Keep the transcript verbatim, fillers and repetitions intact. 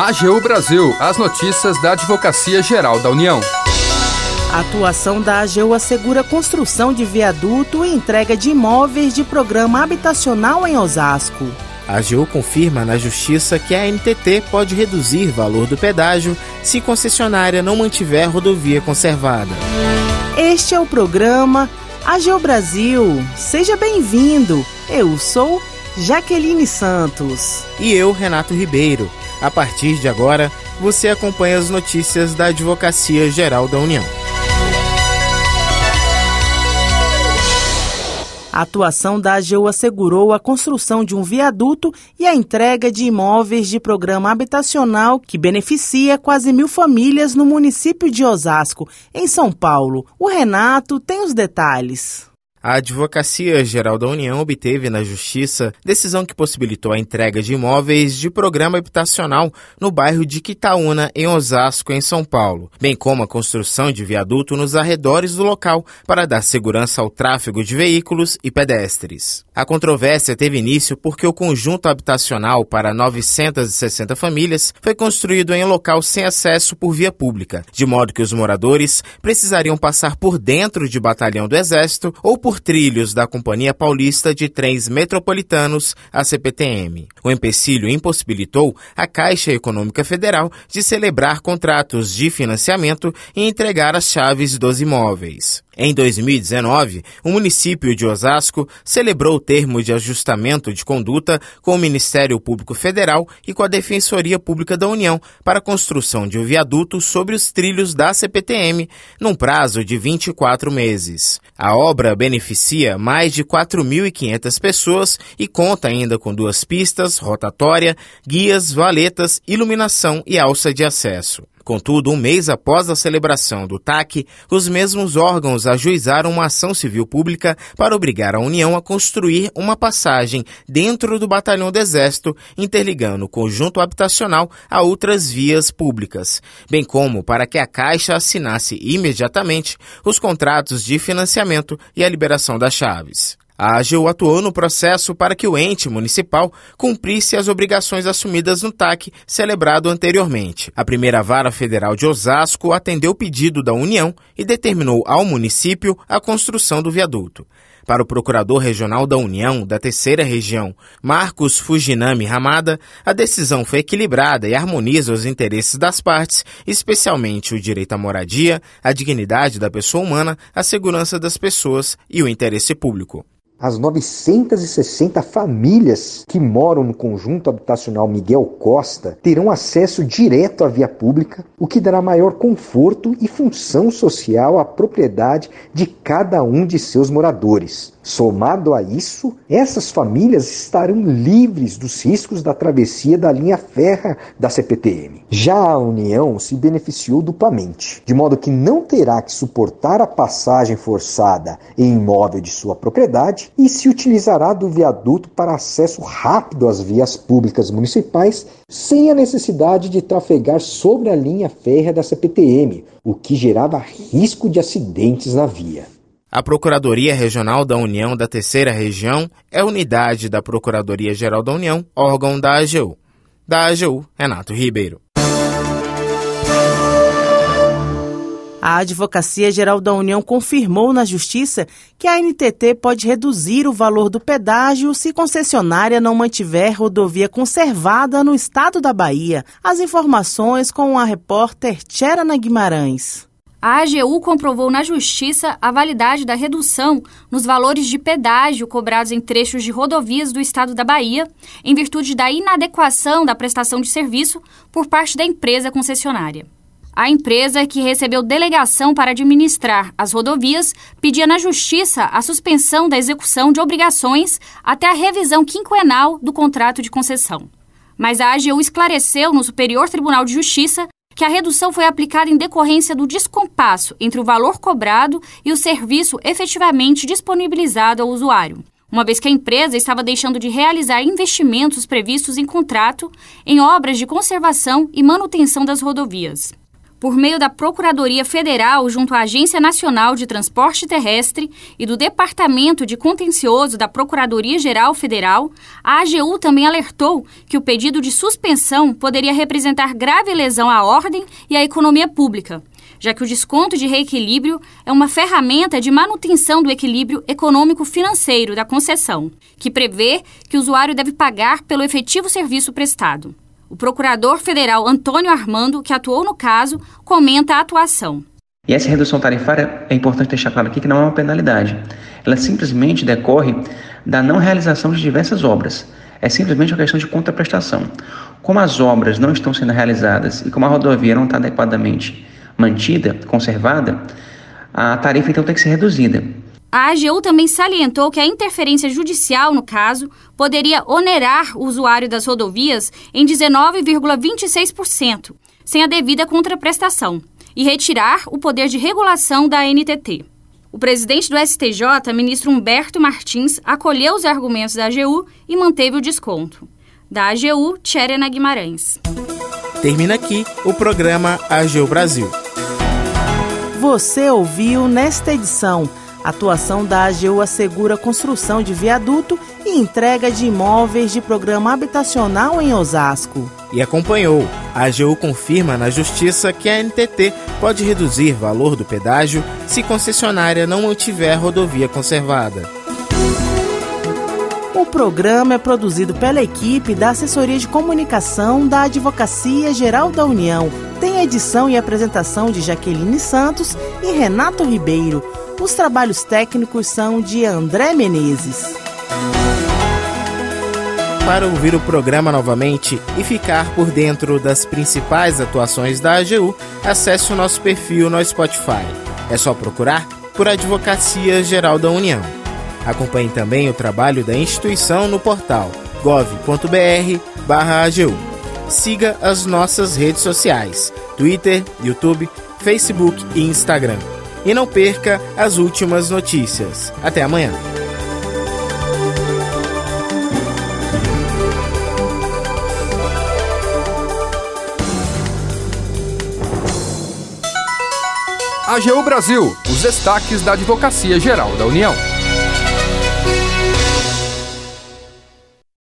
A G U Brasil, as notícias da Advocacia Geral da União. A atuação da A G U assegura a construção de viaduto e entrega de imóveis de programa habitacional em Osasco. A A G U confirma na Justiça que a A N T T pode reduzir o valor do pedágio se concessionária não mantiver rodovia conservada. Este é o programa A G U Brasil. Seja bem-vindo. Eu sou Jaqueline Santos. E eu, Renato Ribeiro. A partir de agora, você acompanha as notícias da Advocacia Geral da União. A atuação da A G U assegurou a construção de um viaduto e a entrega de imóveis de programa habitacional que beneficia quase mil famílias no município de Osasco, em São Paulo. O Renato tem os detalhes. A Advocacia Geral da União obteve na Justiça decisão que possibilitou a entrega de imóveis de programa habitacional no bairro de Quitaúna, em Osasco, em São Paulo, bem como a construção de viaduto nos arredores do local para dar segurança ao tráfego de veículos e pedestres. A controvérsia teve início porque o conjunto habitacional para novecentas e sessenta famílias foi construído em um local sem acesso por via pública, de modo que os moradores precisariam passar por dentro de batalhão do Exército ou por por trilhos da Companhia Paulista de Trens Metropolitanos, a C P T M. O empecilho impossibilitou a Caixa Econômica Federal de celebrar contratos de financiamento e entregar as chaves dos imóveis. Em dois mil e dezenove, o município de Osasco celebrou o termo de ajustamento de conduta com o Ministério Público Federal e com a Defensoria Pública da União para a construção de um viaduto sobre os trilhos da C P T M, num prazo de vinte e quatro meses. A obra beneficia mais de quatro mil e quinhentas pessoas e conta ainda com duas pistas, rotatória, guias, valetas, iluminação e alça de acesso. Contudo, um mês após a celebração do T A C, os mesmos órgãos ajuizaram uma ação civil pública para obrigar a União a construir uma passagem dentro do Batalhão do Exército, interligando o conjunto habitacional a outras vias públicas, bem como para que a Caixa assinasse imediatamente os contratos de financiamento e a liberação das chaves. A A G U atuou no processo para que o ente municipal cumprisse as obrigações assumidas no T A C celebrado anteriormente. A primeira vara federal de Osasco atendeu o pedido da União e determinou ao município a construção do viaduto. Para o Procurador Regional da União da Terceira Região, Marcos Fujinami Ramada, a decisão foi equilibrada e harmoniza os interesses das partes, especialmente o direito à moradia, a dignidade da pessoa humana, a segurança das pessoas e o interesse público. As novecentas e sessenta famílias que moram no conjunto habitacional Miguel Costa terão acesso direto à via pública, o que dará maior conforto e função social à propriedade de cada um de seus moradores. Somado a isso, essas famílias estarão livres dos riscos da travessia da linha férrea da C P T M. Já a União se beneficiou duplamente, de modo que não terá que suportar a passagem forçada em imóvel de sua propriedade e se utilizará do viaduto para acesso rápido às vias públicas municipais sem a necessidade de trafegar sobre a linha férrea da C P T M, o que gerava risco de acidentes na via. A Procuradoria Regional da União da Terceira Região é unidade da Procuradoria-Geral da União, órgão da A G U. Da A G U, Renato Ribeiro. A Advocacia Geral da União confirmou na Justiça que a A N T T pode reduzir o valor do pedágio se concessionária não mantiver rodovia conservada no estado da Bahia. As informações com a repórter Tcherana Guimarães. A A G U comprovou na Justiça a validade da redução nos valores de pedágio cobrados em trechos de rodovias do estado da Bahia, em virtude da inadequação da prestação de serviço por parte da empresa concessionária. A empresa, que recebeu delegação para administrar as rodovias, pedia na Justiça a suspensão da execução de obrigações até a revisão quinquenal do contrato de concessão. Mas a A G U esclareceu no Superior Tribunal de Justiça que a redução foi aplicada em decorrência do descompasso entre o valor cobrado e o serviço efetivamente disponibilizado ao usuário, uma vez que a empresa estava deixando de realizar investimentos previstos em contrato em obras de conservação e manutenção das rodovias. por meio da Procuradoria Federal junto à Agência Nacional de Transporte Terrestre e do Departamento de Contencioso da Procuradoria-Geral Federal, a A G U também alertou que o pedido de suspensão poderia representar grave lesão à ordem e à economia pública, já que o desconto de reequilíbrio é uma ferramenta de manutenção do equilíbrio econômico-financeiro da concessão, que prevê que o usuário deve pagar pelo efetivo serviço prestado. O procurador federal Antônio Armando, que atuou no caso, comenta a atuação. E essa redução tarifária, é importante deixar claro aqui que não é uma penalidade. Ela simplesmente decorre da não realização de diversas obras. É simplesmente uma questão de contraprestação. Como as obras não estão sendo realizadas e como a rodovia não está adequadamente mantida, conservada, a tarifa então tem que ser reduzida. A A G U também salientou que a interferência judicial, no caso, poderia onerar o usuário das rodovias em dezenove vírgula vinte e seis por cento, sem a devida contraprestação, e retirar o poder de regulação da A N T T. O presidente do S T J, ministro Humberto Martins, acolheu os argumentos da A G U e manteve o desconto. Da A G U, Tcherena Guimarães. Termina aqui o programa A G U Brasil. Você ouviu nesta edição: a atuação da A G U assegura a construção de viaduto e entrega de imóveis de programa habitacional em Osasco. E acompanhou: a A G U confirma na Justiça que a A N T T pode reduzir valor do pedágio se concessionária não mantiver rodovia conservada. O programa é produzido pela equipe da Assessoria de Comunicação da Advocacia Geral da União. Tem edição e apresentação de Jaqueline Santos e Renato Ribeiro. Os trabalhos técnicos são de André Menezes. Para ouvir o programa novamente e ficar por dentro das principais atuações da A G U, acesse o nosso perfil no Spotify. É só procurar por Advocacia Geral da União. Acompanhe também o trabalho da instituição no portal gov ponto br barra A G U. Siga as nossas redes sociais: Twitter, YouTube, Facebook e Instagram. E não perca as últimas notícias. Até amanhã. A G U Brasil, os destaques da Advocacia Geral da União.